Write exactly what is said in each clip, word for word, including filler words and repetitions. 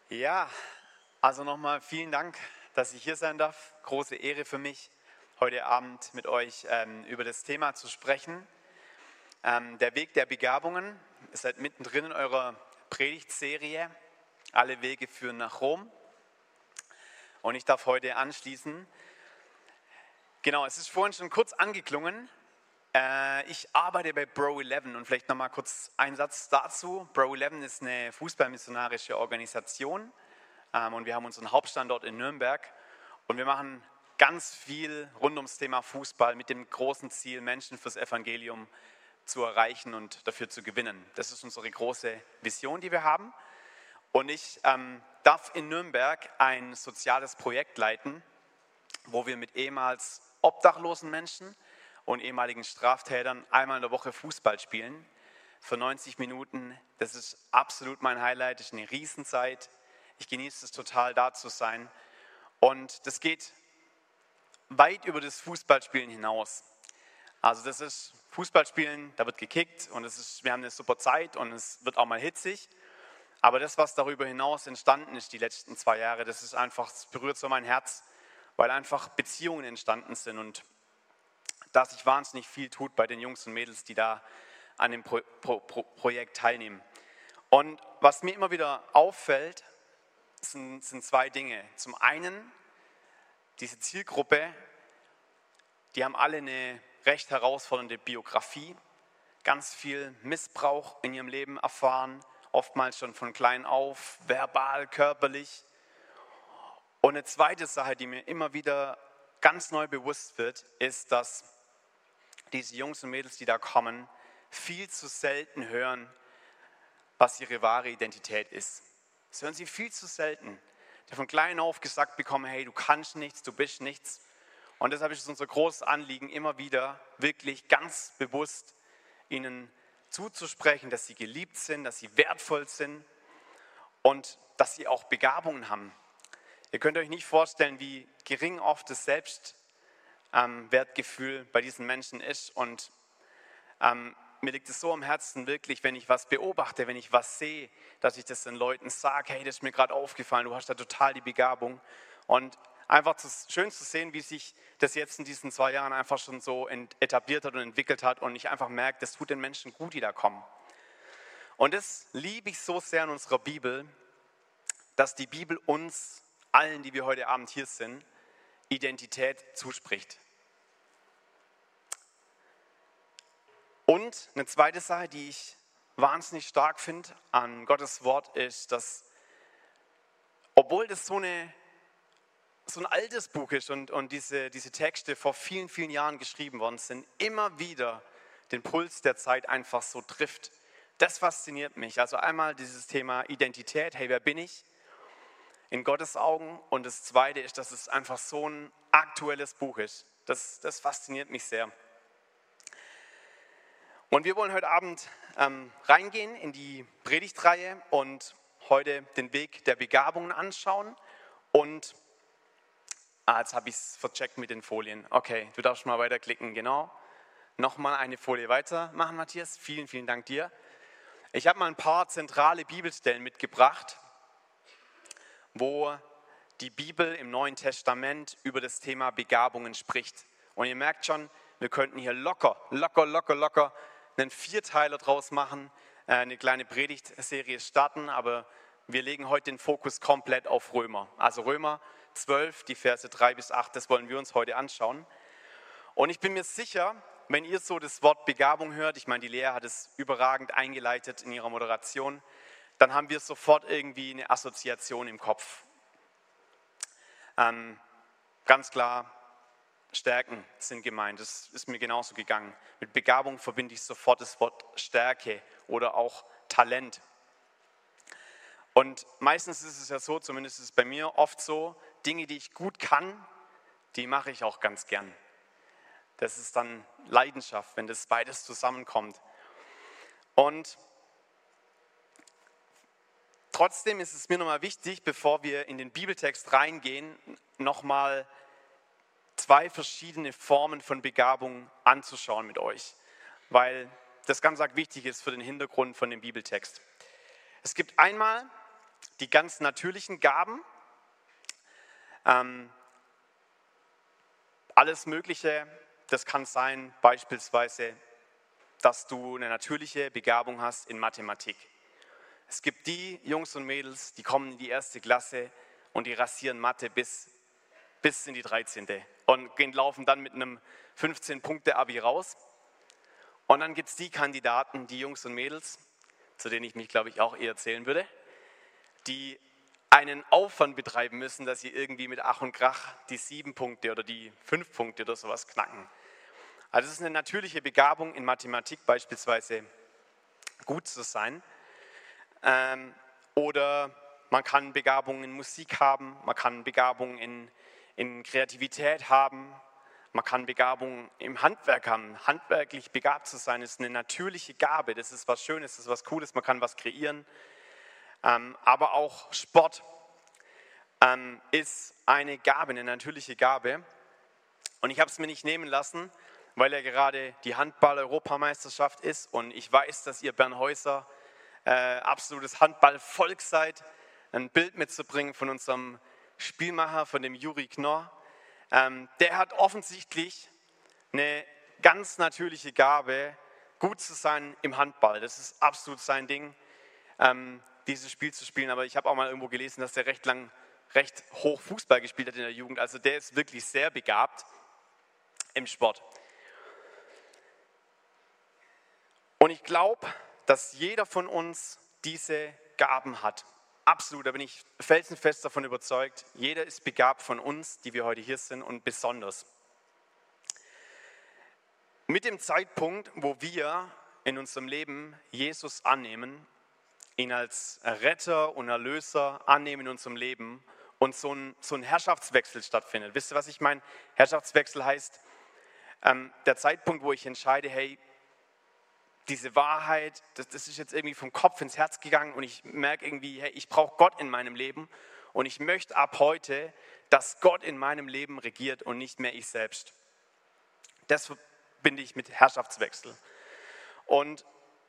Ja, also nochmal vielen Dank, dass ich hier sein darf. Große Ehre für mich, heute Abend mit euch ähm, über das Thema zu sprechen. Ähm, der Weg der Begabungen. Ihr seid mittendrin in eurer Predigtserie. Alle Wege führen nach Rom. Und ich darf heute anschließen. Genau, es ist vorhin schon kurz angeklungen. Äh, ich arbeite bei Bro elf und vielleicht nochmal kurz ein Satz dazu. Bro elf ist eine fußballmissionarische Organisation ähm, und wir haben unseren Hauptstandort in Nürnberg und wir machen ganz viel rund ums Thema Fußball mit dem großen Ziel, Menschen fürs Evangelium zu erreichen und dafür zu gewinnen. Das ist unsere große Vision, die wir haben. Und ich ähm, darf in Nürnberg ein soziales Projekt leiten, wo wir mit ehemals obdachlosen Menschen und ehemaligen Straftätern einmal in der Woche Fußball spielen für neunzig Minuten. Das ist absolut mein Highlight, das ist eine Riesenzeit. Ich genieße es total, da zu sein. Und das geht weit über das Fußballspielen hinaus. Also das ist Fußballspielen, da wird gekickt und es ist, wir haben eine super Zeit und es wird auch mal hitzig. Aber das, was darüber hinaus entstanden ist die letzten zwei Jahre, das ist einfach, das berührt so mein Herz, weil einfach Beziehungen entstanden sind und dass sich wahnsinnig viel tut bei den Jungs und Mädels, die da an dem Pro, Pro, Pro, Projekt teilnehmen. Und was mir immer wieder auffällt, sind, sind zwei Dinge. Zum einen, diese Zielgruppe, die haben alle eine recht herausfordernde Biografie, ganz viel Missbrauch in ihrem Leben erfahren, oftmals schon von klein auf, verbal, körperlich. Und eine zweite Sache, die mir immer wieder ganz neu bewusst wird, ist, dass diese Jungs und Mädels, die da kommen, viel zu selten hören, was ihre wahre Identität ist. Das hören sie viel zu selten. Die von klein auf gesagt bekommen, hey, du kannst nichts, du bist nichts. Und deshalb ist es unser großes Anliegen, immer wieder wirklich ganz bewusst ihnen zuzusprechen, dass sie geliebt sind, dass sie wertvoll sind und dass sie auch Begabungen haben. Ihr könnt euch nicht vorstellen, wie gering oft das Selbstwertgefühl bei diesen Menschen ist. Und ähm, mir liegt es so am Herzen, wirklich, wenn ich was beobachte, wenn ich was sehe, dass ich das den Leuten sage, hey, das ist mir gerade aufgefallen, du hast da total die Begabung. Und einfach zu, schön zu sehen, wie sich das jetzt in diesen zwei Jahren einfach schon so etabliert hat und entwickelt hat und ich einfach merke, das tut den Menschen gut, die da kommen. Und das liebe ich so sehr in unserer Bibel, dass die Bibel uns, allen, die wir heute Abend hier sind, Identität zuspricht. Und eine zweite Sache, die ich wahnsinnig stark finde an Gottes Wort, ist, dass, obwohl das so, eine, so ein altes Buch ist und, und diese, diese Texte vor vielen, vielen Jahren geschrieben worden sind, immer wieder den Puls der Zeit einfach so trifft. Das fasziniert mich. Also einmal dieses Thema Identität, hey, wer bin ich? In Gottes Augen. Und das Zweite ist, dass es einfach so ein aktuelles Buch ist. Das, das fasziniert mich sehr. Und wir wollen heute Abend ähm, reingehen in die Predigtreihe und heute den Weg der Begabungen anschauen. Und ah, jetzt habe ich es vercheckt mit den Folien. Okay, du darfst mal weiterklicken, genau. Nochmal eine Folie weiter machen, Matthias. Vielen, vielen Dank dir. Ich habe mal ein paar zentrale Bibelstellen mitgebracht, wo die Bibel im Neuen Testament über das Thema Begabungen spricht. Und ihr merkt schon, wir könnten hier locker, locker, locker, locker einen Vierteiler draus machen, eine kleine Predigtserie starten, aber wir legen heute den Fokus komplett auf Römer. Also Römer zwölf, die Verse drei bis acht, das wollen wir uns heute anschauen. Und ich bin mir sicher, wenn ihr so das Wort Begabung hört, ich meine, die Lea hat es überragend eingeleitet in ihrer Moderation, dann haben wir sofort irgendwie eine Assoziation im Kopf. Ähm, ganz klar, Stärken sind gemeint, das ist mir genauso gegangen. Mit Begabung verbinde ich sofort das Wort Stärke oder auch Talent. Und meistens ist es ja so, zumindest ist es bei mir oft so, Dinge, die ich gut kann, die mache ich auch ganz gern. Das ist dann Leidenschaft, wenn das beides zusammenkommt. Und trotzdem ist es mir nochmal wichtig, bevor wir in den Bibeltext reingehen, nochmal zwei verschiedene Formen von Begabung anzuschauen mit euch, weil das ganz arg wichtig ist für den Hintergrund von dem Bibeltext. Es gibt einmal die ganz natürlichen Gaben. Ähm, alles Mögliche, das kann sein, beispielsweise, dass du eine natürliche Begabung hast in Mathematik. Es gibt die Jungs und Mädels, die kommen in die erste Klasse und die rasieren Mathe bis, bis in die dreizehnte und gehen, laufen dann mit einem fünfzehn-Punkte-Abi raus. Und dann gibt es die Kandidaten, die Jungs und Mädels, zu denen ich mich, glaube ich, auch eher zählen würde, die einen Aufwand betreiben müssen, dass sie irgendwie mit Ach und Krach die sieben Punkte oder die fünf Punkte oder sowas knacken. Also es ist eine natürliche Begabung in Mathematik beispielsweise gut zu sein. Ähm, oder man kann Begabungen in Musik haben, man kann Begabungen in, in Kreativität haben, man kann Begabungen im Handwerk haben. Handwerklich begabt zu sein ist eine natürliche Gabe, das ist was Schönes, das ist was Cooles, man kann was kreieren. Ähm, aber auch Sport ähm, ist eine Gabe, eine natürliche Gabe. Und ich habe es mir nicht nehmen lassen, weil ja gerade die Handball-Europameisterschaft ist und ich weiß, dass ihr Bernhäuser äh, absolutes Handballvolk seid, ein Bild mitzubringen von unserem Spielmacher, von dem Juri Knorr. Ähm, der hat offensichtlich eine ganz natürliche Gabe, gut zu sein im Handball. Das ist absolut sein Ding, ähm, dieses Spiel zu spielen. Aber ich habe auch mal irgendwo gelesen, dass der recht lang, recht hoch Fußball gespielt hat in der Jugend. Also der ist wirklich sehr begabt im Sport. Und ich glaube, dass jeder von uns diese Gaben hat. Absolut, da bin ich felsenfest davon überzeugt. Jeder ist begabt von uns, die wir heute hier sind, und besonders. Mit dem Zeitpunkt, wo wir in unserem Leben Jesus annehmen, ihn als Retter und Erlöser annehmen in unserem Leben und so ein, so ein Herrschaftswechsel stattfindet. Wisst ihr, was ich meine? Herrschaftswechsel heißt, ähm, der Zeitpunkt, wo ich entscheide, hey, diese Wahrheit, das, das ist jetzt irgendwie vom Kopf ins Herz gegangen und ich merke irgendwie, hey, ich brauche Gott in meinem Leben und ich möchte ab heute, dass Gott in meinem Leben regiert und nicht mehr ich selbst. Das verbinde ich mit Herrschaftswechsel. Und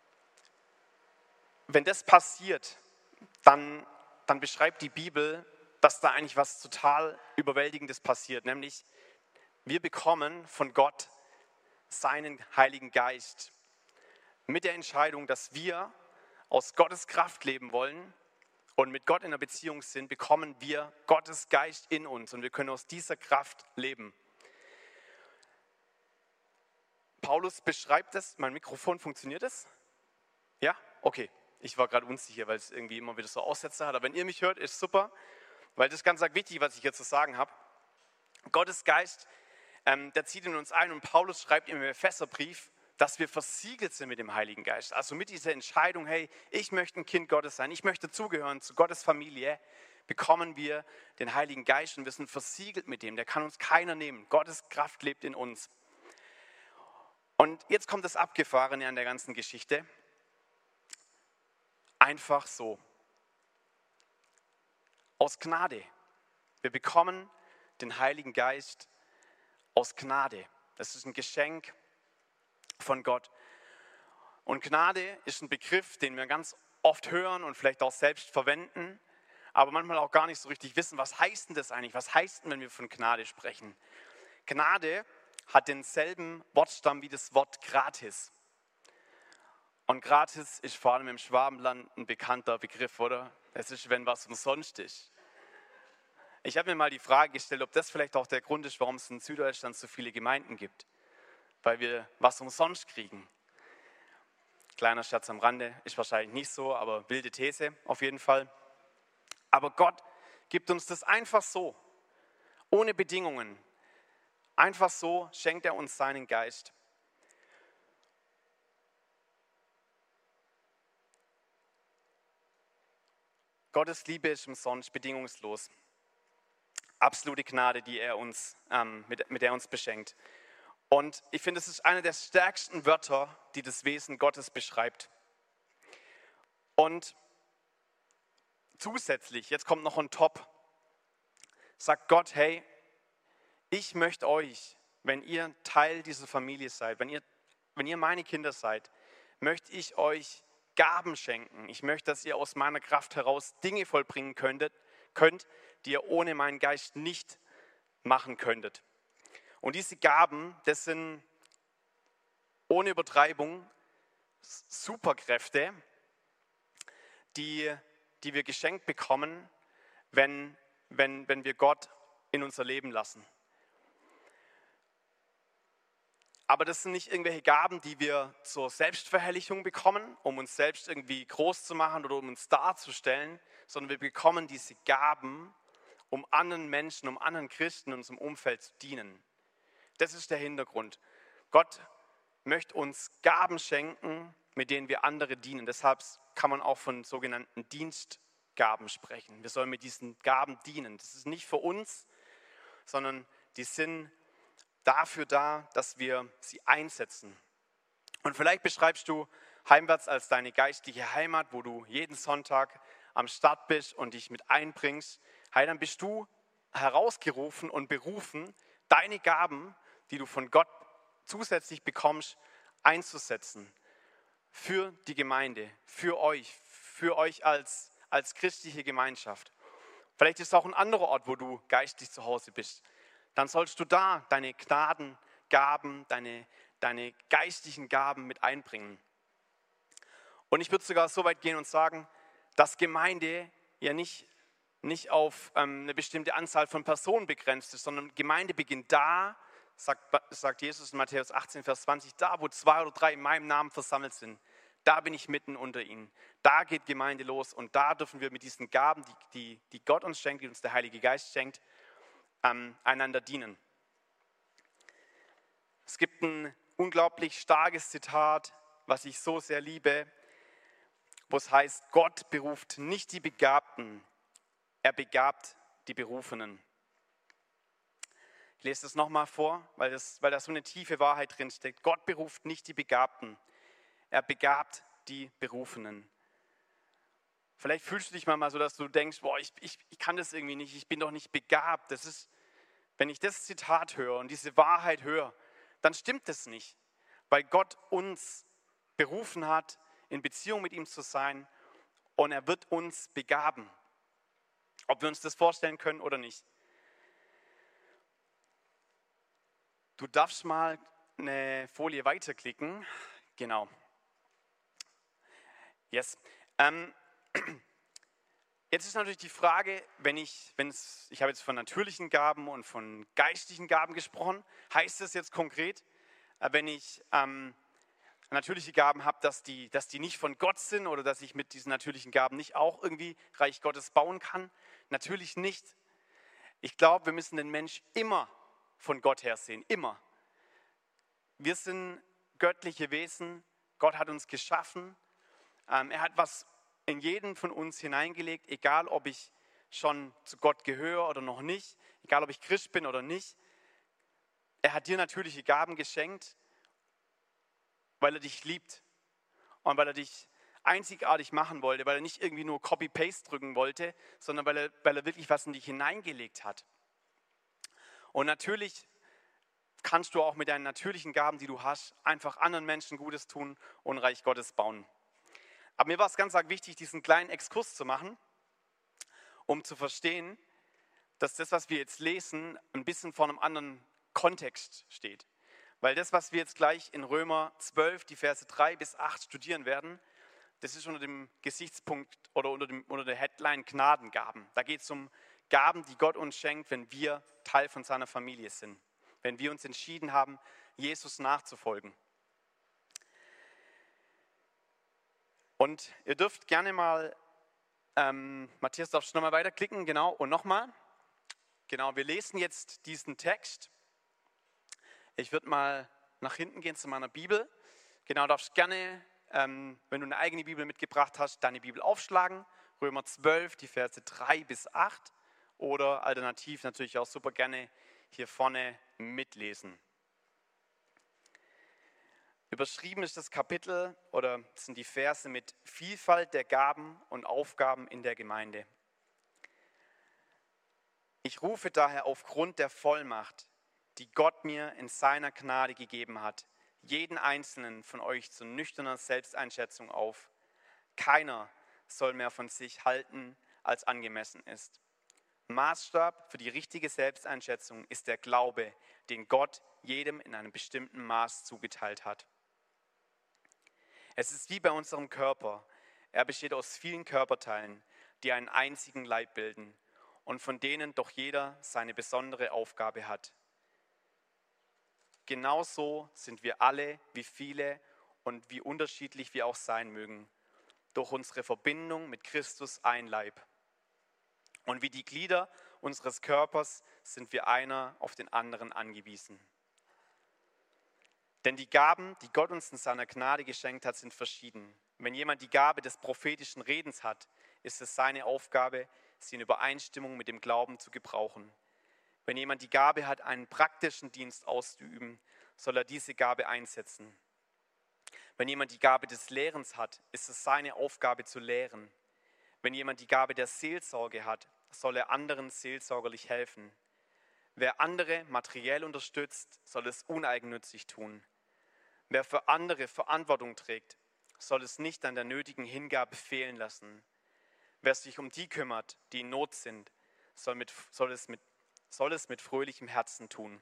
wenn das passiert, dann, dann beschreibt die Bibel, dass da eigentlich was total Überwältigendes passiert, nämlich wir bekommen von Gott seinen Heiligen Geist. Mit der Entscheidung, dass wir aus Gottes Kraft leben wollen und mit Gott in einer Beziehung sind, bekommen wir Gottes Geist in uns und wir können aus dieser Kraft leben. Paulus beschreibt es, mein Mikrofon, funktioniert es? Ja? Okay, ich war gerade unsicher, weil es irgendwie immer wieder so Aussätze hat, aber wenn ihr mich hört, ist super, weil das ist ganz wichtig, was ich hier zu sagen habe. Gottes Geist, ähm, der zieht in uns ein und Paulus schreibt im Epheserbrief, dass wir versiegelt sind mit dem Heiligen Geist. Also mit dieser Entscheidung, hey, ich möchte ein Kind Gottes sein, ich möchte zugehören zu Gottes Familie, bekommen wir den Heiligen Geist und wir sind versiegelt mit dem. Der kann uns keiner nehmen. Gottes Kraft lebt in uns. Und jetzt kommt das Abgefahrene an der ganzen Geschichte. Einfach so. Aus Gnade. Wir bekommen den Heiligen Geist aus Gnade. Das ist ein Geschenk von Gott. Und Gnade ist ein Begriff, den wir ganz oft hören und vielleicht auch selbst verwenden, aber manchmal auch gar nicht so richtig wissen, was heißt denn das eigentlich? Was heißt denn, wenn wir von Gnade sprechen? Gnade hat denselben Wortstamm wie das Wort gratis. Und gratis ist vor allem im Schwabenland ein bekannter Begriff, oder? Es ist, wenn was umsonst ist. Ich habe mir mal die Frage gestellt, ob das vielleicht auch der Grund ist, warum es in Süddeutschland so viele Gemeinden gibt. Weil wir was umsonst kriegen. Kleiner Scherz am Rande, ist wahrscheinlich nicht so, aber wilde These auf jeden Fall. Aber Gott gibt uns das einfach so, ohne Bedingungen. Einfach so schenkt er uns seinen Geist. Gottes Liebe ist umsonst, bedingungslos. Absolute Gnade, die er uns, ähm, mit, mit der er uns beschenkt. Und ich finde, es ist eine der stärksten Wörter, die das Wesen Gottes beschreibt. Und zusätzlich, jetzt kommt noch ein Top, sagt Gott, hey, ich möchte euch, wenn ihr Teil dieser Familie seid, wenn ihr, wenn ihr meine Kinder seid, möchte ich euch Gaben schenken. Ich möchte, dass ihr aus meiner Kraft heraus Dinge vollbringen könntet, könnt, die ihr ohne meinen Geist nicht machen könntet. Und diese Gaben, das sind ohne Übertreibung Superkräfte, die, die wir geschenkt bekommen, wenn, wenn, wenn wir Gott in unser Leben lassen. Aber das sind nicht irgendwelche Gaben, die wir zur Selbstverherrlichung bekommen, um uns selbst irgendwie groß zu machen oder um uns darzustellen, sondern wir bekommen diese Gaben, um anderen Menschen, um anderen Christen in unserem Umfeld zu dienen. Das ist der Hintergrund. Gott möchte uns Gaben schenken, mit denen wir andere dienen. Deshalb kann man auch von sogenannten Dienstgaben sprechen. Wir sollen mit diesen Gaben dienen. Das ist nicht für uns, sondern die sind dafür da, dass wir sie einsetzen. Und vielleicht beschreibst du Heimwärts als deine geistliche Heimat, wo du jeden Sonntag am Start bist und dich mit einbringst. Hey, dann bist du herausgerufen und berufen, deine Gaben, die du von Gott zusätzlich bekommst, einzusetzen. Für die Gemeinde, für euch, für euch als, als christliche Gemeinschaft. Vielleicht ist es auch ein anderer Ort, wo du geistlich zu Hause bist. Dann sollst du da deine Gnadengaben, deine, deine geistlichen Gaben mit einbringen. Und ich würde sogar so weit gehen und sagen, dass Gemeinde ja nicht, nicht auf ähm, eine bestimmte Anzahl von Personen begrenzt ist, sondern Gemeinde beginnt da, sagt, sagt Jesus in Matthäus achtzehn, Vers zwanzig, da wo zwei oder drei in meinem Namen versammelt sind, da bin ich mitten unter ihnen. Da geht Gemeinde los und da dürfen wir mit diesen Gaben, die, die, die Gott uns schenkt, die uns der Heilige Geist schenkt, ähm, einander dienen. Es gibt ein unglaublich starkes Zitat, was ich so sehr liebe, wo es heißt, Gott beruft nicht die Begabten, er begabt die Berufenen. Ich lese das nochmal vor, weil, das, weil da so eine tiefe Wahrheit drinsteckt. Gott beruft nicht die Begabten, er begabt die Berufenen. Vielleicht fühlst du dich manchmal so, dass du denkst, boah, ich, ich, ich kann das irgendwie nicht, ich bin doch nicht begabt. Das ist, wenn ich das Zitat höre und diese Wahrheit höre, dann stimmt das nicht, weil Gott uns berufen hat, in Beziehung mit ihm zu sein und er wird uns begaben, ob wir uns das vorstellen können oder nicht. Du darfst mal eine Folie weiterklicken. Genau. Yes. Ähm, jetzt ist natürlich die Frage, wenn ich, wenn es, ich habe jetzt von natürlichen Gaben und von geistlichen Gaben gesprochen, heißt das jetzt konkret, wenn ich ähm, natürliche Gaben habe, dass die, dass die nicht von Gott sind oder dass ich mit diesen natürlichen Gaben nicht auch irgendwie Reich Gottes bauen kann? Natürlich nicht. Ich glaube, wir müssen den Mensch immer von Gott her sehen, immer. Wir sind göttliche Wesen, Gott hat uns geschaffen, ähm, er hat was in jeden von uns hineingelegt, egal ob ich schon zu Gott gehöre oder noch nicht, egal ob ich Christ bin oder nicht. Er hat dir natürliche Gaben geschenkt, weil er dich liebt und weil er dich einzigartig machen wollte, weil er nicht irgendwie nur Copy-Paste drücken wollte, sondern weil er, weil er wirklich was in dich hineingelegt hat. Und natürlich kannst du auch mit deinen natürlichen Gaben, die du hast, einfach anderen Menschen Gutes tun und Reich Gottes bauen. Aber mir war es ganz arg wichtig, diesen kleinen Exkurs zu machen, um zu verstehen, dass das, was wir jetzt lesen, ein bisschen vor einem anderen Kontext steht. Weil das, was wir jetzt gleich in Römer zwölf, die Verse drei bis acht studieren werden, das ist unter dem Gesichtspunkt oder unter, dem, unter der Headline Gnadengaben. Da geht es um Gaben, die Gott uns schenkt, wenn wir Teil von seiner Familie sind. Wenn wir uns entschieden haben, Jesus nachzufolgen. Und ihr dürft gerne mal, ähm, Matthias, darfst du nochmal weiterklicken, genau, und nochmal. Genau, wir lesen jetzt diesen Text. Ich würde mal nach hinten gehen zu meiner Bibel. Genau, darfst gerne, ähm, wenn du eine eigene Bibel mitgebracht hast, deine Bibel aufschlagen. Römer zwölf, die Verse drei bis acht. Oder alternativ natürlich auch super gerne hier vorne mitlesen. Überschrieben ist das Kapitel oder sind die Verse mit Vielfalt der Gaben und Aufgaben in der Gemeinde. Ich rufe daher aufgrund der Vollmacht, die Gott mir in seiner Gnade gegeben hat, jeden einzelnen von euch zu nüchterner Selbsteinschätzung auf. Keiner soll mehr von sich halten, als angemessen ist. Maßstab für die richtige Selbsteinschätzung ist der Glaube, den Gott jedem in einem bestimmten Maß zugeteilt hat. Es ist wie bei unserem Körper. Er besteht aus vielen Körperteilen, die einen einzigen Leib bilden und von denen doch jeder seine besondere Aufgabe hat. Genauso sind wir alle, wie viele und wie unterschiedlich wir auch sein mögen, durch unsere Verbindung mit Christus ein Leib. Und wie die Glieder unseres Körpers sind wir einer auf den anderen angewiesen. Denn die Gaben, die Gott uns in seiner Gnade geschenkt hat, sind verschieden. Wenn jemand die Gabe des prophetischen Redens hat, ist es seine Aufgabe, sie in Übereinstimmung mit dem Glauben zu gebrauchen. Wenn jemand die Gabe hat, einen praktischen Dienst auszuüben, soll er diese Gabe einsetzen. Wenn jemand die Gabe des Lehrens hat, ist es seine Aufgabe zu lehren. Wenn jemand die Gabe der Seelsorge hat, soll er anderen seelsorgerlich helfen. Wer andere materiell unterstützt, soll es uneigennützig tun. Wer für andere Verantwortung trägt, soll es nicht an der nötigen Hingabe fehlen lassen. Wer sich um die kümmert, die in Not sind, soll, mit, soll, es, mit, soll es mit fröhlichem Herzen tun.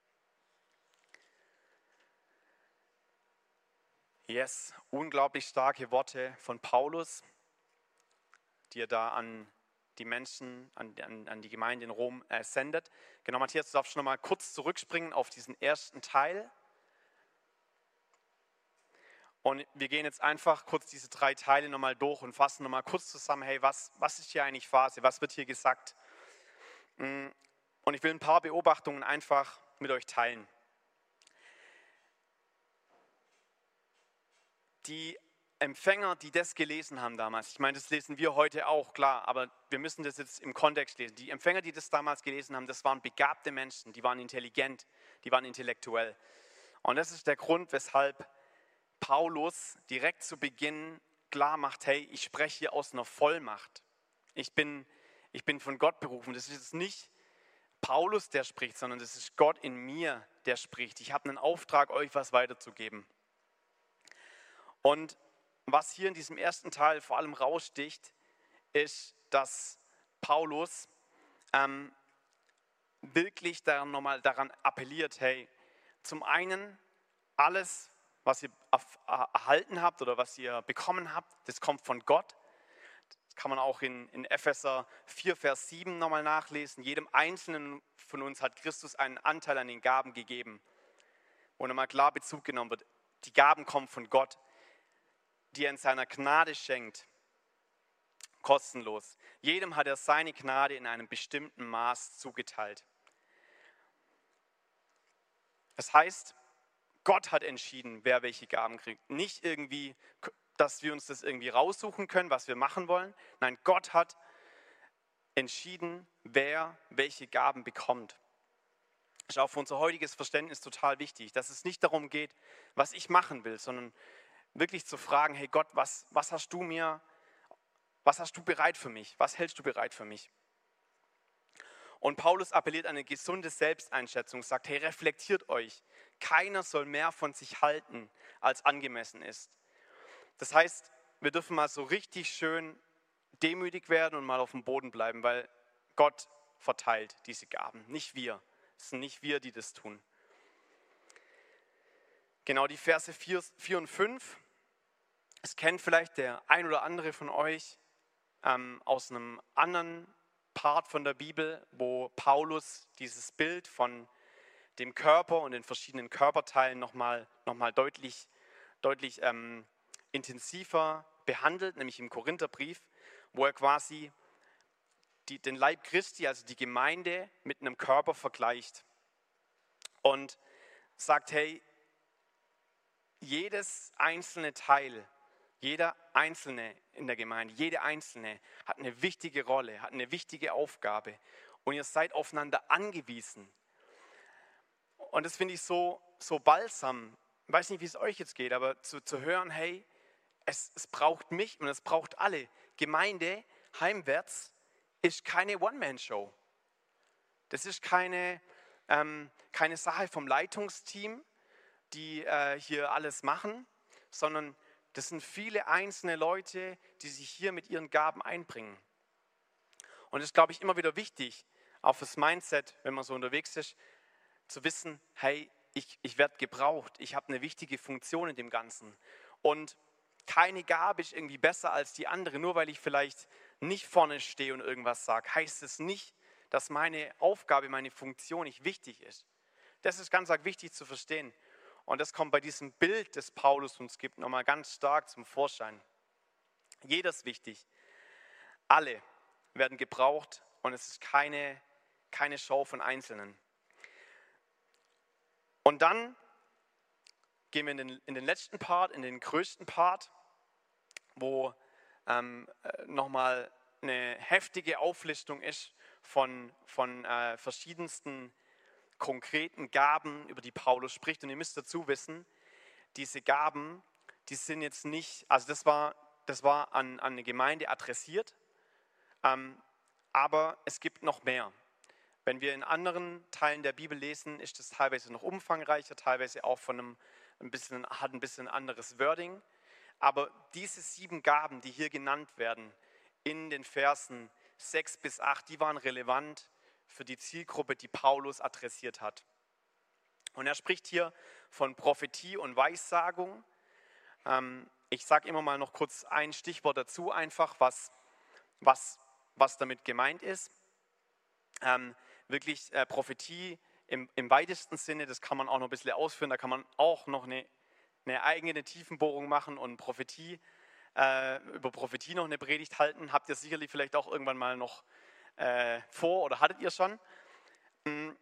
Yes, unglaublich starke Worte von Paulus, die er da an die Menschen, an, an, an die Gemeinde in Rom äh, sendet. Genau, Matthias, du darfst schon noch mal kurz zurückspringen auf diesen ersten Teil. Und wir gehen jetzt einfach kurz diese drei Teile nochmal durch und fassen nochmal kurz zusammen, hey, was, was ist hier eigentlich Phase, was wird hier gesagt? Und ich will ein paar Beobachtungen einfach mit euch teilen. Die Empfänger, die das gelesen haben damals, ich meine, das lesen wir heute auch, klar, aber wir müssen das jetzt im Kontext lesen. Die Empfänger, die das damals gelesen haben, das waren begabte Menschen, die waren intelligent, die waren intellektuell. Und das ist der Grund, weshalb Paulus direkt zu Beginn klar macht, hey, ich spreche hier aus einer Vollmacht. Ich bin, ich bin von Gott berufen. Das ist jetzt nicht Paulus, der spricht, sondern das ist Gott in mir, der spricht. Ich habe einen Auftrag, euch was weiterzugeben. Und was hier in diesem ersten Teil vor allem raussticht, ist, dass Paulus ähm, wirklich daran, nochmal daran appelliert, hey, zum einen alles, was ihr erhalten habt oder was ihr bekommen habt, das kommt von Gott. Das kann man auch in, in Epheser vier, Vers sieben nochmal nachlesen. Jedem Einzelnen von uns hat Christus einen Anteil an den Gaben gegeben, wo nochmal klar Bezug genommen wird. Die Gaben kommen von Gott, die er in seiner Gnade schenkt, kostenlos. Jedem hat er seine Gnade in einem bestimmten Maß zugeteilt. Das heißt, Gott hat entschieden, wer welche Gaben kriegt. Nicht irgendwie, dass wir uns das irgendwie raussuchen können, was wir machen wollen. Nein, Gott hat entschieden, wer welche Gaben bekommt. Das ist auch für unser heutiges Verständnis total wichtig, dass es nicht darum geht, was ich machen will, sondern wirklich zu fragen, hey Gott, was, was hast du mir, was hast du bereit für mich? Was hältst du bereit für mich? Und Paulus appelliert an eine gesunde Selbsteinschätzung, sagt, hey, reflektiert euch. Keiner soll mehr von sich halten, als angemessen ist. Das heißt, wir dürfen mal so richtig schön demütig werden und mal auf dem Boden bleiben, weil Gott verteilt diese Gaben, nicht wir. Es sind nicht wir, die das tun. Genau, die Verse vier, vier und fünf, es kennt vielleicht der ein oder andere von euch ähm, aus einem anderen Part von der Bibel, wo Paulus dieses Bild von dem Körper und den verschiedenen Körperteilen nochmal noch mal deutlich, deutlich ähm, intensiver behandelt, nämlich im Korintherbrief, wo er quasi die, den Leib Christi, also die Gemeinde, mit einem Körper vergleicht und sagt, hey, jedes einzelne Teil, jeder Einzelne in der Gemeinde, jede Einzelne hat eine wichtige Rolle, hat eine wichtige Aufgabe und ihr seid aufeinander angewiesen. Und das finde ich so, so balsam. Ich weiß nicht, wie es euch jetzt geht, aber zu, zu hören, hey, es, es braucht mich und es braucht alle. Gemeinde, heimwärts, ist keine One-Man-Show. Das ist keine, ähm, keine Sache vom Leitungsteam, die äh, hier alles machen, sondern das sind viele einzelne Leute, die sich hier mit ihren Gaben einbringen. Und es ist, glaube ich, immer wieder wichtig, auch fürs Mindset, wenn man so unterwegs ist, zu wissen, hey, ich, ich werde gebraucht, ich habe eine wichtige Funktion in dem Ganzen. Und keine Gabe ist irgendwie besser als die andere. Nur weil ich vielleicht nicht vorne stehe und irgendwas sage, heißt es nicht, dass meine Aufgabe, meine Funktion nicht wichtig ist. Das ist ganz arg wichtig zu verstehen. Und das kommt bei diesem Bild, das Paulus uns gibt, nochmal ganz stark zum Vorschein. Jeder ist wichtig. Alle werden gebraucht und es ist keine, keine Show von Einzelnen. Und dann gehen wir in den, in den letzten Part, in den größten Part, wo ähm, nochmal eine heftige Auflistung ist von, von äh, verschiedensten konkreten Gaben, über die Paulus spricht. Und ihr müsst dazu wissen, diese Gaben, die sind jetzt nicht, also das war, das war an, an eine Gemeinde adressiert, ähm, aber es gibt noch mehr. Wenn wir in anderen Teilen der Bibel lesen, ist das teilweise noch umfangreicher, teilweise auch von einem ein bisschen, hat ein bisschen anderes Wording. Aber diese sieben Gaben, die hier genannt werden, in den Versen sechs bis acht, die waren relevant für die Zielgruppe, die Paulus adressiert hat. Und er spricht hier von Prophetie und Weissagung. Ähm, ich sage immer mal noch kurz ein Stichwort dazu, einfach was, was, was damit gemeint ist. Ähm, wirklich äh, Prophetie im, im weitesten Sinne, das kann man auch noch ein bisschen ausführen, da kann man auch noch eine, eine eigene Tiefenbohrung machen und Prophetie, äh, über Prophetie noch eine Predigt halten. Habt ihr sicherlich vielleicht auch irgendwann mal noch äh, vor oder hattet ihr schon. Ähm,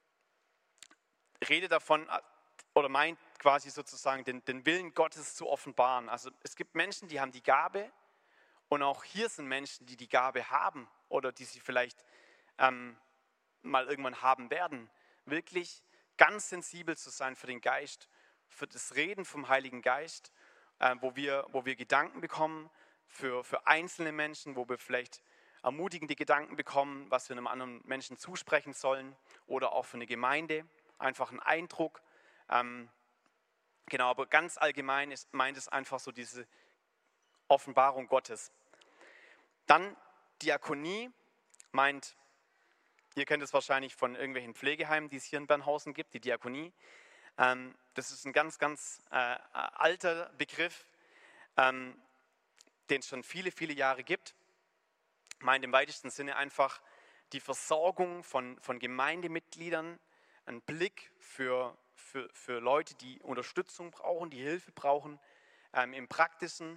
Rede davon oder meint quasi sozusagen den, den Willen Gottes zu offenbaren. Also es gibt Menschen, die haben die Gabe und auch hier sind Menschen, die die Gabe haben oder die sie vielleicht ähm, mal irgendwann haben werden, wirklich ganz sensibel zu sein für den Geist, für das Reden vom Heiligen Geist, äh, wo wir, wo wir Gedanken bekommen für, für einzelne Menschen, wo wir vielleicht ermutigende Gedanken bekommen, was wir einem anderen Menschen zusprechen sollen oder auch für eine Gemeinde, einfach ein Eindruck. Ähm, genau, aber ganz allgemein ist, meint es einfach so diese Offenbarung Gottes. Dann Diakonie meint, ihr kennt es wahrscheinlich von irgendwelchen Pflegeheimen, die es hier in Bernhausen gibt, die Diakonie. Ähm, das ist ein ganz, ganz äh, alter Begriff, ähm, den es schon viele, viele Jahre gibt. Meint im weitesten Sinne einfach die Versorgung von, von Gemeindemitgliedern, ein Blick für, für, für Leute, die Unterstützung brauchen, die Hilfe brauchen, ähm, im Praktischen.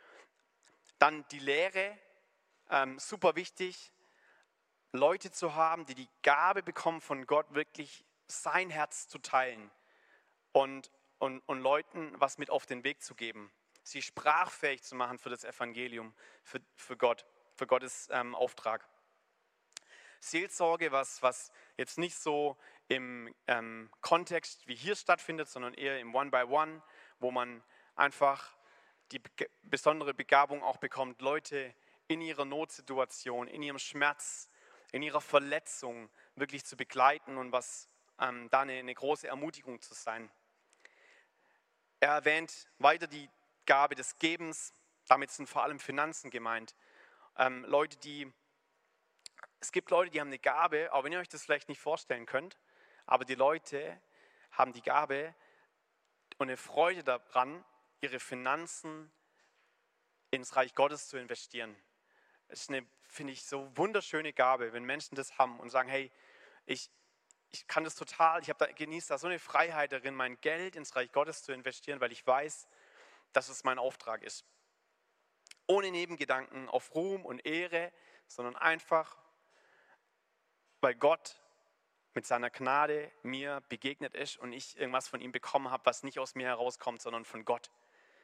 Dann die Lehre, ähm, super wichtig, Leute zu haben, die die Gabe bekommen von Gott, wirklich sein Herz zu teilen und, und, und Leuten was mit auf den Weg zu geben, sie sprachfähig zu machen für das Evangelium, für, für Gott, für Gottes ähm, Auftrag. Seelsorge, was, was jetzt nicht so im ähm, Kontext wie hier stattfindet, sondern eher im One-by-One, wo man einfach die be- besondere Begabung auch bekommt, Leute in ihrer Notsituation, in ihrem Schmerz, in ihrer Verletzung wirklich zu begleiten und was ähm, da eine, eine große Ermutigung zu sein. Er erwähnt weiter die Gabe des Gebens, damit sind vor allem Finanzen gemeint. Ähm, Leute, die, es gibt Leute, die haben eine Gabe, auch wenn ihr euch das vielleicht nicht vorstellen könnt, aber die Leute haben die Gabe und eine Freude daran, ihre Finanzen ins Reich Gottes zu investieren. Es ist eine, finde ich, so wunderschöne Gabe, wenn Menschen das haben und sagen, hey, ich, ich kann das total, ich habe da, genieße da so eine Freiheit darin, mein Geld ins Reich Gottes zu investieren, weil ich weiß, dass es mein Auftrag ist. Ohne Nebengedanken auf Ruhm und Ehre, sondern einfach, weil Gott mit seiner Gnade mir begegnet ist und ich irgendwas von ihm bekommen habe, was nicht aus mir herauskommt, sondern von Gott.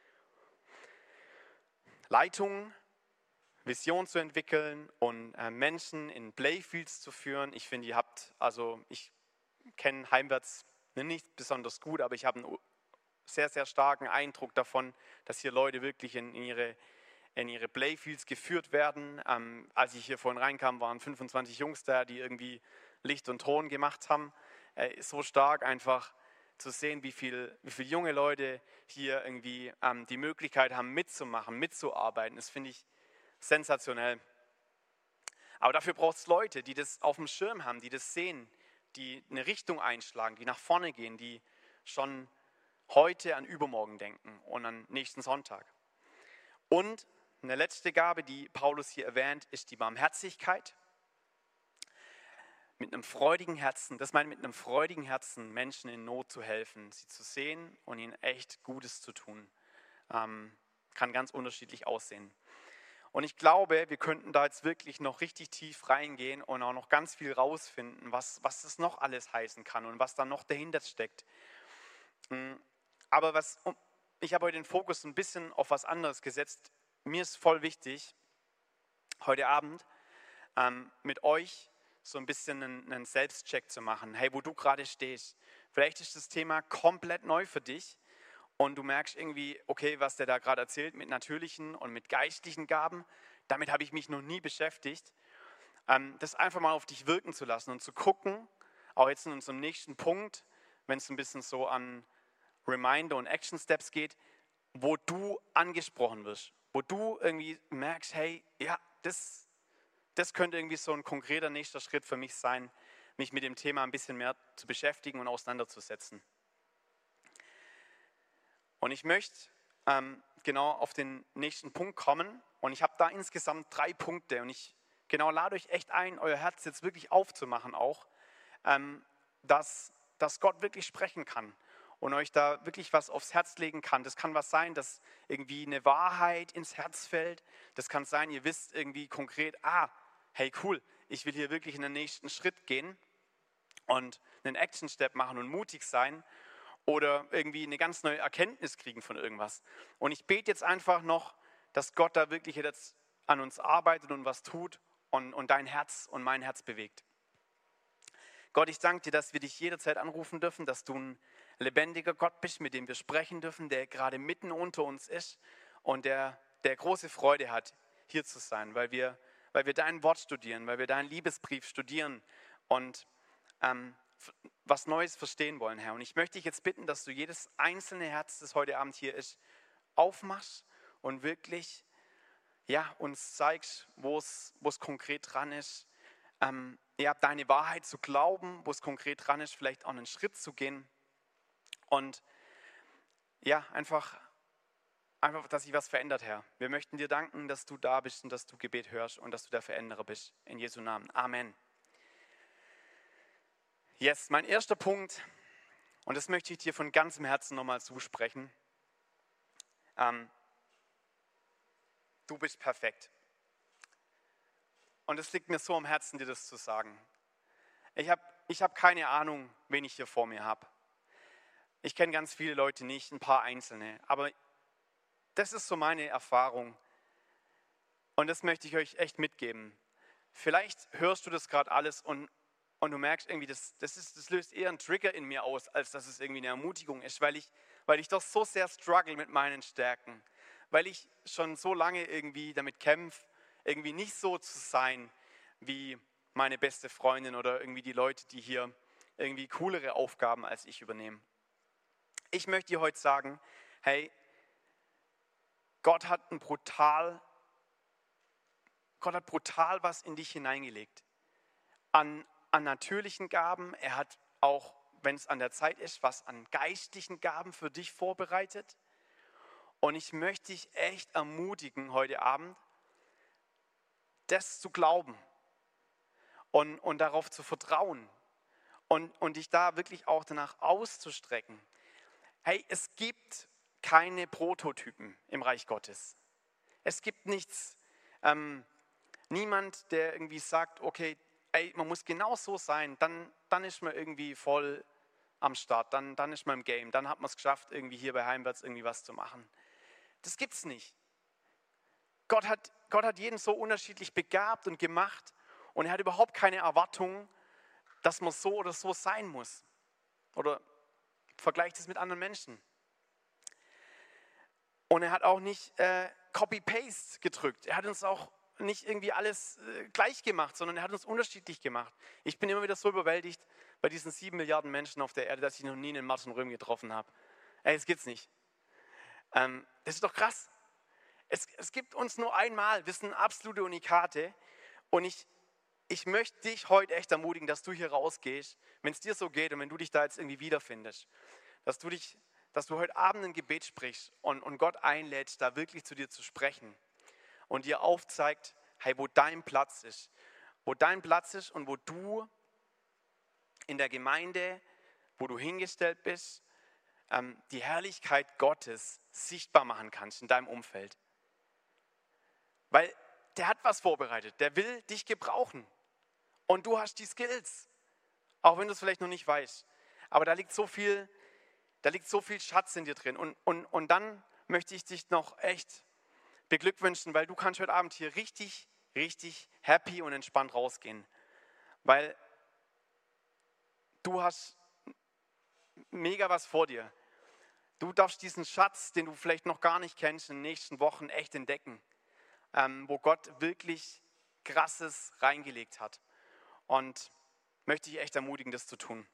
Leitung, Vision zu entwickeln und äh, Menschen in Playfields zu führen. Ich finde, ihr habt, also ich kenne Heimwärts nicht besonders gut, aber ich habe einen sehr, sehr starken Eindruck davon, dass hier Leute wirklich in, in, ihre, in ihre Playfields geführt werden. Ähm, als ich hier vorhin reinkam, waren fünfundzwanzig Jungs da, die irgendwie Licht und Ton gemacht haben. Äh, so stark einfach zu sehen, wie viel, wie viele junge Leute hier irgendwie ähm, die Möglichkeit haben, mitzumachen, mitzuarbeiten. Das finde ich sensationell. Aber dafür braucht es Leute, die das auf dem Schirm haben, die das sehen, die eine Richtung einschlagen, die nach vorne gehen, die schon heute an übermorgen denken und an nächsten Sonntag. Und eine letzte Gabe, die Paulus hier erwähnt, ist die Barmherzigkeit. Mit einem freudigen Herzen, das meint mit einem freudigen Herzen, Menschen in Not zu helfen, sie zu sehen und ihnen echt Gutes zu tun. Ähm, kann ganz unterschiedlich aussehen. Und ich glaube, wir könnten da jetzt wirklich noch richtig tief reingehen und auch noch ganz viel rausfinden, was, was das noch alles heißen kann und was da noch dahinter steckt. Aber was, ich habe heute den Fokus ein bisschen auf was anderes gesetzt. Mir ist voll wichtig, heute Abend ähm, mit euch so ein bisschen einen, einen Selbstcheck zu machen. Hey, wo du gerade stehst. Vielleicht ist das Thema komplett neu für dich und du merkst irgendwie, okay, was der da gerade erzählt mit natürlichen und mit geistlichen Gaben, damit habe ich mich noch nie beschäftigt. Ähm, das einfach mal auf dich wirken zu lassen und zu gucken, auch jetzt in unserem nächsten Punkt, wenn es ein bisschen so an Reminder und Action Steps geht, wo du angesprochen wirst, wo du irgendwie merkst, hey, ja, das Das könnte irgendwie so ein konkreter nächster Schritt für mich sein, mich mit dem Thema ein bisschen mehr zu beschäftigen und auseinanderzusetzen. Und ich möchte ähm, genau auf den nächsten Punkt kommen. Und ich habe da insgesamt drei Punkte. Und ich genau lade euch echt ein, euer Herz jetzt wirklich aufzumachen auch, ähm, dass, dass Gott wirklich sprechen kann und euch da wirklich was aufs Herz legen kann. Das kann was sein, dass irgendwie eine Wahrheit ins Herz fällt. Das kann sein, ihr wisst irgendwie konkret, ah, hey cool, ich will hier wirklich in den nächsten Schritt gehen und einen Action-Step machen und mutig sein oder irgendwie eine ganz neue Erkenntnis kriegen von irgendwas. Und ich bete jetzt einfach noch, dass Gott da wirklich jetzt an uns arbeitet und was tut und, und dein Herz und mein Herz bewegt. Gott, ich danke dir, dass wir dich jederzeit anrufen dürfen, dass du ein lebendiger Gott bist, mit dem wir sprechen dürfen, der gerade mitten unter uns ist und der, der große Freude hat, hier zu sein, weil wir weil wir dein Wort studieren, weil wir deinen Liebesbrief studieren und ähm, was Neues verstehen wollen, Herr. Und ich möchte dich jetzt bitten, dass du jedes einzelne Herz, das heute Abend hier ist, aufmachst und wirklich ja, uns zeigst, wo es konkret dran ist, ähm, ja, deine Wahrheit zu glauben, wo es konkret dran ist, vielleicht auch einen Schritt zu gehen und ja, einfach Einfach, dass sich was verändert, Herr. Wir möchten dir danken, dass du da bist und dass du Gebet hörst und dass du der Veränderer bist. In Jesu Namen. Amen. Jetzt, mein erster Punkt, und das möchte ich dir von ganzem Herzen nochmal zusprechen. Ähm, du bist perfekt. Und es liegt mir so am Herzen, dir das zu sagen. Ich habe ich hab keine Ahnung, wen ich hier vor mir habe. Ich kenne ganz viele Leute nicht, ein paar Einzelne, aber das ist so meine Erfahrung und das möchte ich euch echt mitgeben. Vielleicht hörst du das gerade alles und, und du merkst irgendwie, das, das, ist, das löst eher einen Trigger in mir aus, als dass es irgendwie eine Ermutigung ist, weil ich, weil ich doch so sehr struggle mit meinen Stärken, weil ich schon so lange irgendwie damit kämpfe, irgendwie nicht so zu sein wie meine beste Freundin oder irgendwie die Leute, die hier irgendwie coolere Aufgaben als ich übernehmen. Ich möchte dir heute sagen, hey, Gott hat ein brutal, Gott hat brutal was in dich hineingelegt. An, an natürlichen Gaben, er hat auch, wenn es an der Zeit ist, was an geistlichen Gaben für dich vorbereitet. Und ich möchte dich echt ermutigen heute Abend, das zu glauben und, und darauf zu vertrauen und, und dich da wirklich auch danach auszustrecken. Hey, es gibt keine Prototypen im Reich Gottes. Es gibt nichts, ähm, niemand, der irgendwie sagt, okay, ey, man muss genau so sein, dann, dann ist man irgendwie voll am Start, dann, dann ist man im Game, dann hat man es geschafft, irgendwie hier bei Heimwärts irgendwie was zu machen. Das gibt's nicht. Gott hat, Gott hat jeden so unterschiedlich begabt und gemacht und er hat überhaupt keine Erwartung, dass man so oder so sein muss. Oder vergleicht es mit anderen Menschen. Und er hat auch nicht äh, Copy-Paste gedrückt. Er hat uns auch nicht irgendwie alles äh, gleich gemacht, sondern er hat uns unterschiedlich gemacht. Ich bin immer wieder so überwältigt bei diesen sieben Milliarden Menschen auf der Erde, dass ich noch nie einen Martin Röhm getroffen habe. Ey, das gibt's nicht. Ähm, das ist doch krass. Es, es gibt uns nur einmal, wir sind absolute Unikate. Und ich, ich möchte dich heute echt ermutigen, dass du hier rausgehst, wenn es dir so geht und wenn du dich da jetzt irgendwie wiederfindest, dass du, dich, dass du heute Abend ein Gebet sprichst und, und Gott einlädst, da wirklich zu dir zu sprechen und dir aufzeigt, hey, wo dein Platz ist. Wo dein Platz ist und wo du in der Gemeinde, wo du hingestellt bist, ähm, die Herrlichkeit Gottes sichtbar machen kannst in deinem Umfeld. Weil der hat was vorbereitet, der will dich gebrauchen. Und du hast die Skills, auch wenn du es vielleicht noch nicht weißt. Aber da liegt so viel, da liegt so viel Schatz in dir drin. Und, und, und dann möchte ich dich noch echt beglückwünschen, weil du kannst heute Abend hier richtig, richtig happy und entspannt rausgehen. Weil du hast mega was vor dir. Du darfst diesen Schatz, den du vielleicht noch gar nicht kennst, in den nächsten Wochen echt entdecken. Ähm, wo Gott wirklich Krasses reingelegt hat. Und möchte ich echt ermutigen, das zu tun.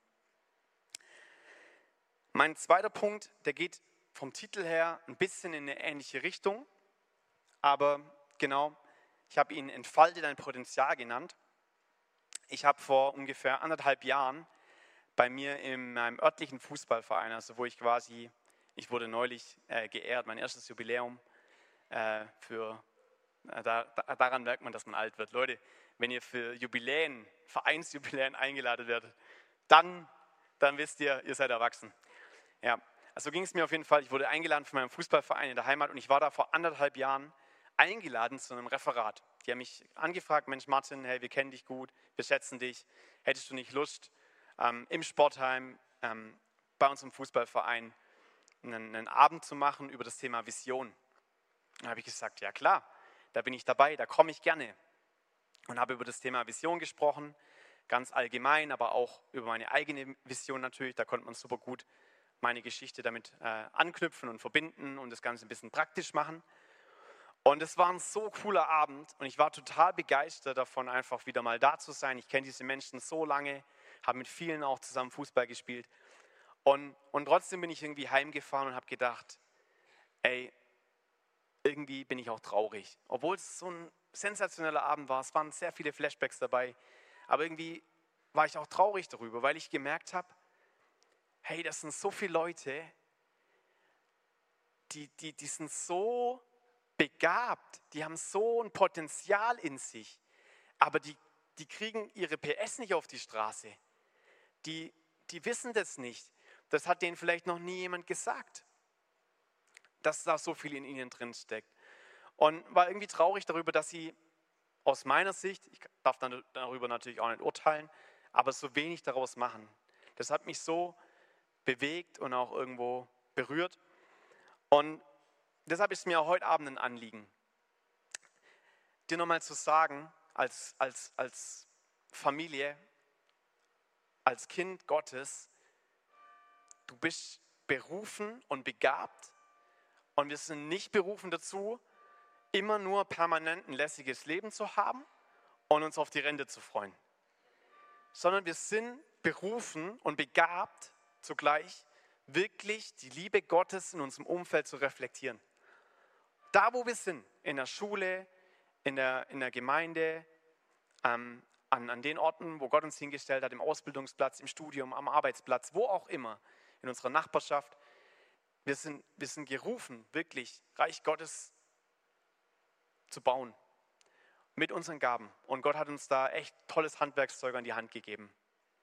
Mein zweiter Punkt, der geht vom Titel her ein bisschen in eine ähnliche Richtung. Aber genau, ich habe ihn Entfalte dein Potenzial genannt. Ich habe vor ungefähr anderthalb Jahren bei mir in meinem örtlichen Fußballverein, also wo ich quasi, ich wurde neulich äh, geehrt, mein erstes Jubiläum äh, für Da, da, daran merkt man, dass man alt wird. Leute, wenn ihr für Jubiläen, Vereinsjubiläen eingeladen werdet, dann, dann wisst ihr, ihr seid erwachsen. Ja, also ging es mir auf jeden Fall. Ich wurde eingeladen von meinem Fußballverein in der Heimat und ich war da vor anderthalb Jahren eingeladen zu einem Referat. Die haben mich angefragt, Mensch Martin, hey, wir kennen dich gut, wir schätzen dich. Hättest du nicht Lust, ähm, im Sportheim, ähm, bei uns im Fußballverein einen, einen Abend zu machen über das Thema Vision? Da habe ich gesagt, ja klar. Da bin ich dabei, da komme ich gerne und habe über das Thema Vision gesprochen, ganz allgemein, aber auch über meine eigene Vision natürlich. Da konnte man super gut meine Geschichte damit äh, anknüpfen und verbinden und das Ganze ein bisschen praktisch machen. Und es war ein so cooler Abend und ich war total begeistert davon, einfach wieder mal da zu sein. Ich kenne diese Menschen so lange, habe mit vielen auch zusammen Fußball gespielt und, und trotzdem bin ich irgendwie heimgefahren und habe gedacht, ey, irgendwie bin ich auch traurig. Obwohl es so ein sensationeller Abend war, es waren sehr viele Flashbacks dabei, aber irgendwie war ich auch traurig darüber, weil ich gemerkt habe, hey, das sind so viele Leute, die, die, die sind so begabt, die haben so ein Potenzial in sich, aber die, die kriegen ihre P S nicht auf die Straße. Die, die wissen das nicht. Das hat denen vielleicht noch nie jemand gesagt, dass da so viel in ihnen drin steckt. Und war irgendwie traurig darüber, dass sie aus meiner Sicht, ich darf dann darüber natürlich auch nicht urteilen, aber so wenig daraus machen. Das hat mich so bewegt und auch irgendwo berührt. Und deshalb ist mir auch heute Abend ein Anliegen, dir nochmal zu sagen, als, als, als Familie, als Kind Gottes, du bist berufen und begabt. Und wir sind nicht berufen dazu, immer nur permanent ein lässiges Leben zu haben und uns auf die Rente zu freuen. Sondern wir sind berufen und begabt zugleich, wirklich die Liebe Gottes in unserem Umfeld zu reflektieren. Da, wo wir sind, in der Schule, in der, in der Gemeinde, ähm, an, an den Orten, wo Gott uns hingestellt hat, im Ausbildungsplatz, im Studium, am Arbeitsplatz, wo auch immer, in unserer Nachbarschaft. Wir sind, wir sind gerufen, wirklich Reich Gottes zu bauen mit unseren Gaben. Und Gott hat uns da echt tolles Handwerkszeug an die Hand gegeben.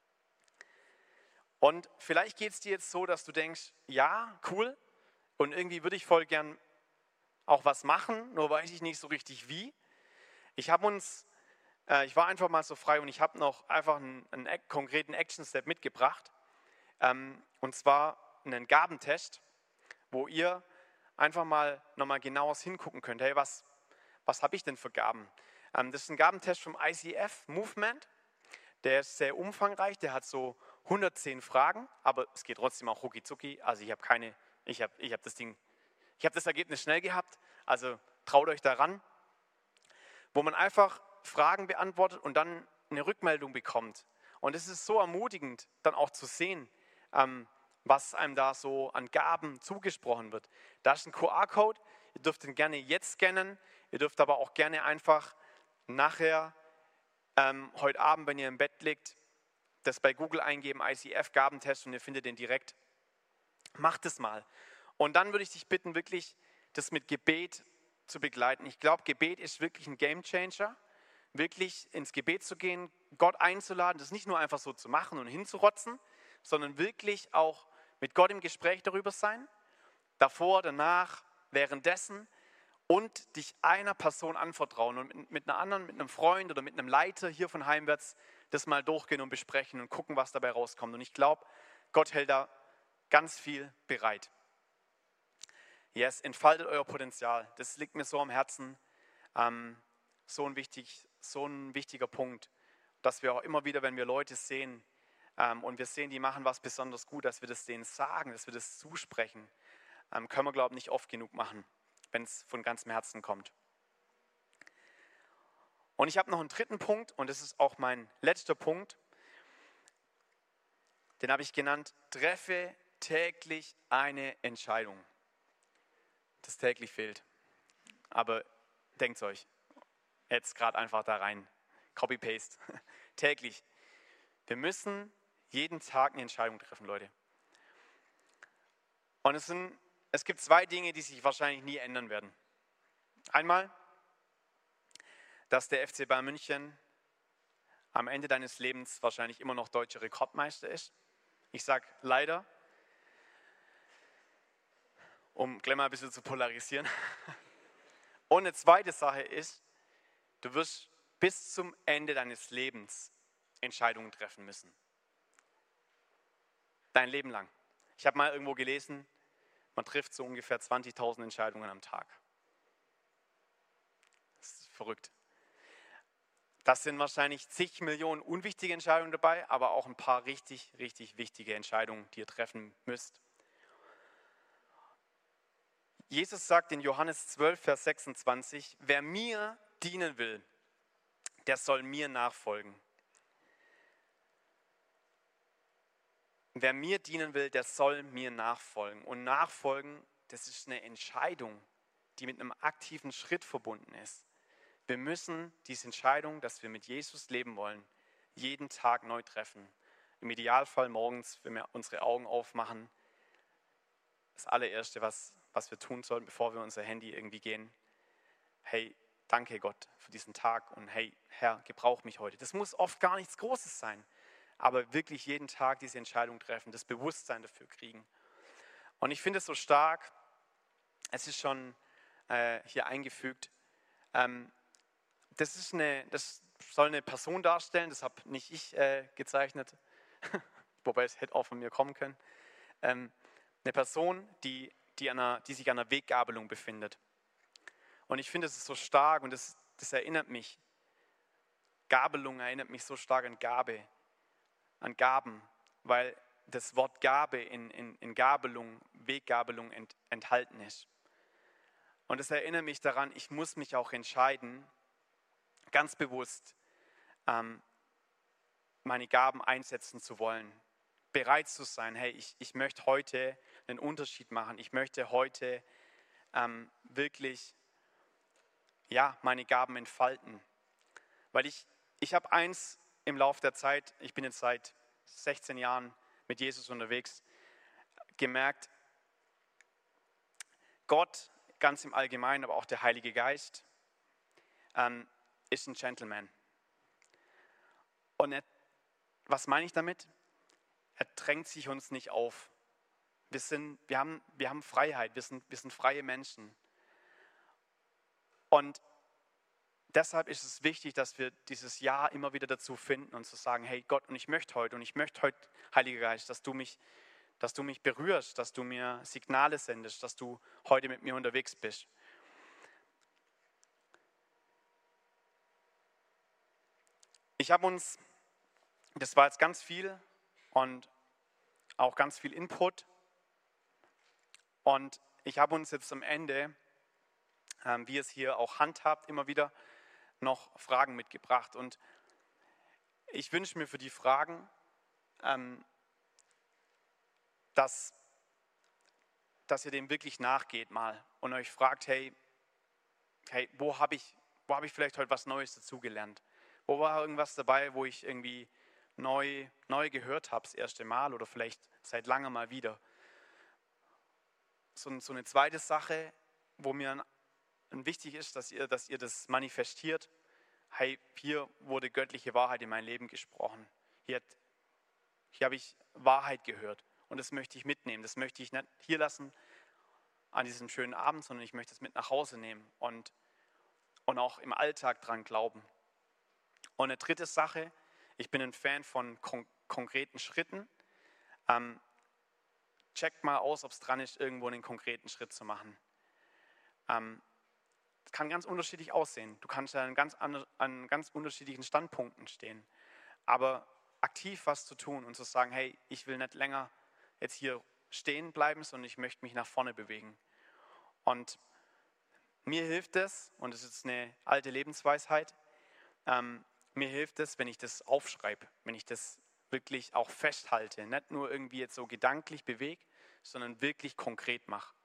Und vielleicht geht es dir jetzt so, dass du denkst, ja, cool, und irgendwie würde ich voll gern auch was machen, nur weiß ich nicht so richtig wie. Ich habe uns, äh, ich war einfach mal so frei und ich habe noch einfach einen, einen konkreten Action-Step mitgebracht. Ähm, und zwar einen Gabentest, wo ihr einfach mal nochmal genauer hingucken könnt. Hey, was, was habe ich denn für Gaben? Ähm, das ist ein Gabentest vom I C F Movement. Der ist sehr umfangreich, der hat so hundertzehn Fragen, aber es geht trotzdem auch rucki zucki. Also ich habe keine, ich habe ich habe das Ding, ich habe das Ergebnis schnell gehabt, also traut euch daran. wo man einfach Fragen beantwortet und dann eine Rückmeldung bekommt. Und es ist so ermutigend, dann auch zu sehen, ähm, was einem da so an Gaben zugesprochen wird. Da ist ein Q R-Code, ihr dürft den gerne jetzt scannen, ihr dürft aber auch gerne einfach nachher, ähm, heute Abend, wenn ihr im Bett liegt, das bei Google eingeben, I C F-Gabentest, und ihr findet den direkt. Macht es mal. Und dann würde ich dich bitten, wirklich das mit Gebet zu begleiten. Ich glaube, Gebet ist wirklich ein Gamechanger, wirklich ins Gebet zu gehen, Gott einzuladen, das nicht nur einfach so zu machen und hinzurotzen, sondern wirklich auch mit Gott im Gespräch darüber sein, davor, danach, währenddessen, und dich einer Person anvertrauen und mit einer anderen, mit einem Freund oder mit einem Leiter hier von Heimwärts das mal durchgehen und besprechen und gucken, was dabei rauskommt. Und ich glaube, Gott hält da ganz viel bereit. Yes, entfaltet euer Potenzial. Das liegt mir so am Herzen. Ähm, so ein wichtig, so ein wichtiger Punkt, dass wir auch immer wieder, wenn wir Leute sehen ähm, und wir sehen, die machen was besonders gut, dass wir das denen sagen, dass wir das zusprechen, ähm, können wir, glaube ich, nicht oft genug machen, wenn es von ganzem Herzen kommt. Und ich habe noch einen dritten Punkt, und das ist auch mein letzter Punkt. Den habe ich genannt: Treffe täglich eine Entscheidung. Das täglich fehlt. Aber denkt euch, jetzt gerade einfach da rein. Copy-Paste. Täglich. Wir müssen jeden Tag eine Entscheidung treffen, Leute. Und es, sind, es gibt zwei Dinge, die sich wahrscheinlich nie ändern werden. Einmal, dass der F C Bayern München am Ende deines Lebens wahrscheinlich immer noch deutscher Rekordmeister ist. Ich sage leider, um gleich mal ein bisschen zu polarisieren. Und eine zweite Sache ist, du wirst bis zum Ende deines Lebens Entscheidungen treffen müssen. Dein Leben lang. Ich habe mal irgendwo gelesen, man trifft so ungefähr zwanzigtausend Entscheidungen am Tag. Das ist verrückt. Das sind wahrscheinlich zig Millionen unwichtige Entscheidungen dabei, aber auch ein paar richtig, richtig wichtige Entscheidungen, die ihr treffen müsst. Jesus sagt in Johannes zwölf, Vers sechsundzwanzig, wer mir dienen will, der soll mir nachfolgen. Wer mir dienen will, der soll mir nachfolgen. Und nachfolgen, das ist eine Entscheidung, die mit einem aktiven Schritt verbunden ist. Wir müssen diese Entscheidung, dass wir mit Jesus leben wollen, jeden Tag neu treffen. Im Idealfall morgens, wenn wir unsere Augen aufmachen, das allererste, was, was wir tun sollten, bevor wir unser Handy irgendwie gehen. Hey, danke Gott für diesen Tag und hey, Herr, gebrauch mich heute. Das muss oft gar nichts Großes sein, aber wirklich jeden Tag diese Entscheidung treffen, das Bewusstsein dafür kriegen. Und ich finde es so stark, es ist schon äh, hier eingefügt, ähm, das, ist eine, das soll eine Person darstellen, das habe nicht ich äh, gezeichnet, wobei es hätte auch von mir kommen können. Ähm, eine Person, die, die, an einer, die sich an einer Weggabelung befindet. Und ich finde, es ist so stark und das, das erinnert mich, Gabelung erinnert mich so stark an Gabe, an Gaben, weil das Wort Gabe in, in, in Gabelung, Weggabelung ent, enthalten ist. Und es erinnert mich daran, ich muss mich auch entscheiden, ganz bewusst ähm, meine Gaben einsetzen zu wollen, bereit zu sein, hey, ich, ich möchte heute einen Unterschied machen, ich möchte heute ähm, wirklich ja, meine Gaben entfalten. Weil ich, ich habe eins im Laufe der Zeit, ich bin jetzt seit sechzehn Jahren mit Jesus unterwegs, gemerkt, Gott ganz im Allgemeinen, aber auch der Heilige Geist, ähm, ist ein Gentleman. Und er, was meine ich damit? Er drängt sich uns nicht auf. Wir, sind, wir, haben, wir haben Freiheit, wir sind, wir sind freie Menschen. Und deshalb ist es wichtig, dass wir dieses Ja immer wieder dazu finden und zu sagen, hey Gott, und ich möchte heute, und ich möchte heute, Heiliger Geist, dass du mich, dass du mich berührst, dass du mir Signale sendest, dass du heute mit mir unterwegs bist. Ich habe uns, das war jetzt ganz viel und auch ganz viel Input, und ich habe uns jetzt am Ende, ähm, wie es hier auch handhabt, immer wieder noch Fragen mitgebracht. Und ich wünsche mir für die Fragen, ähm, dass, dass ihr dem wirklich nachgeht mal und euch fragt, hey, hey wo habe ich, wo habe ich vielleicht heute was Neues dazugelernt? Wo war irgendwas dabei, wo ich irgendwie neu, neu gehört habe, das erste Mal oder vielleicht seit langem mal wieder? So, so eine zweite Sache, wo mir wichtig ist, dass ihr, dass ihr das manifestiert. Hey, hier wurde göttliche Wahrheit in mein Leben gesprochen. Hier, hier habe ich Wahrheit gehört und das möchte ich mitnehmen. Das möchte ich nicht hier lassen an diesem schönen Abend, sondern ich möchte es mit nach Hause nehmen und, und auch im Alltag dran glauben. Und eine dritte Sache, ich bin ein Fan von kon- konkreten Schritten. Ähm, checkt mal aus, ob es dran ist, irgendwo einen konkreten Schritt zu machen. Ähm, das kann ganz unterschiedlich aussehen. Du kannst ja an ganz, andre, an ganz unterschiedlichen Standpunkten stehen. Aber aktiv was zu tun und zu sagen, hey, ich will nicht länger jetzt hier stehen bleiben, sondern ich möchte mich nach vorne bewegen. Und mir hilft es, und das ist eine alte Lebensweisheit, ähm, mir hilft es, wenn ich das aufschreibe, wenn ich das wirklich auch festhalte, nicht nur irgendwie jetzt so gedanklich bewege, sondern wirklich konkret mache.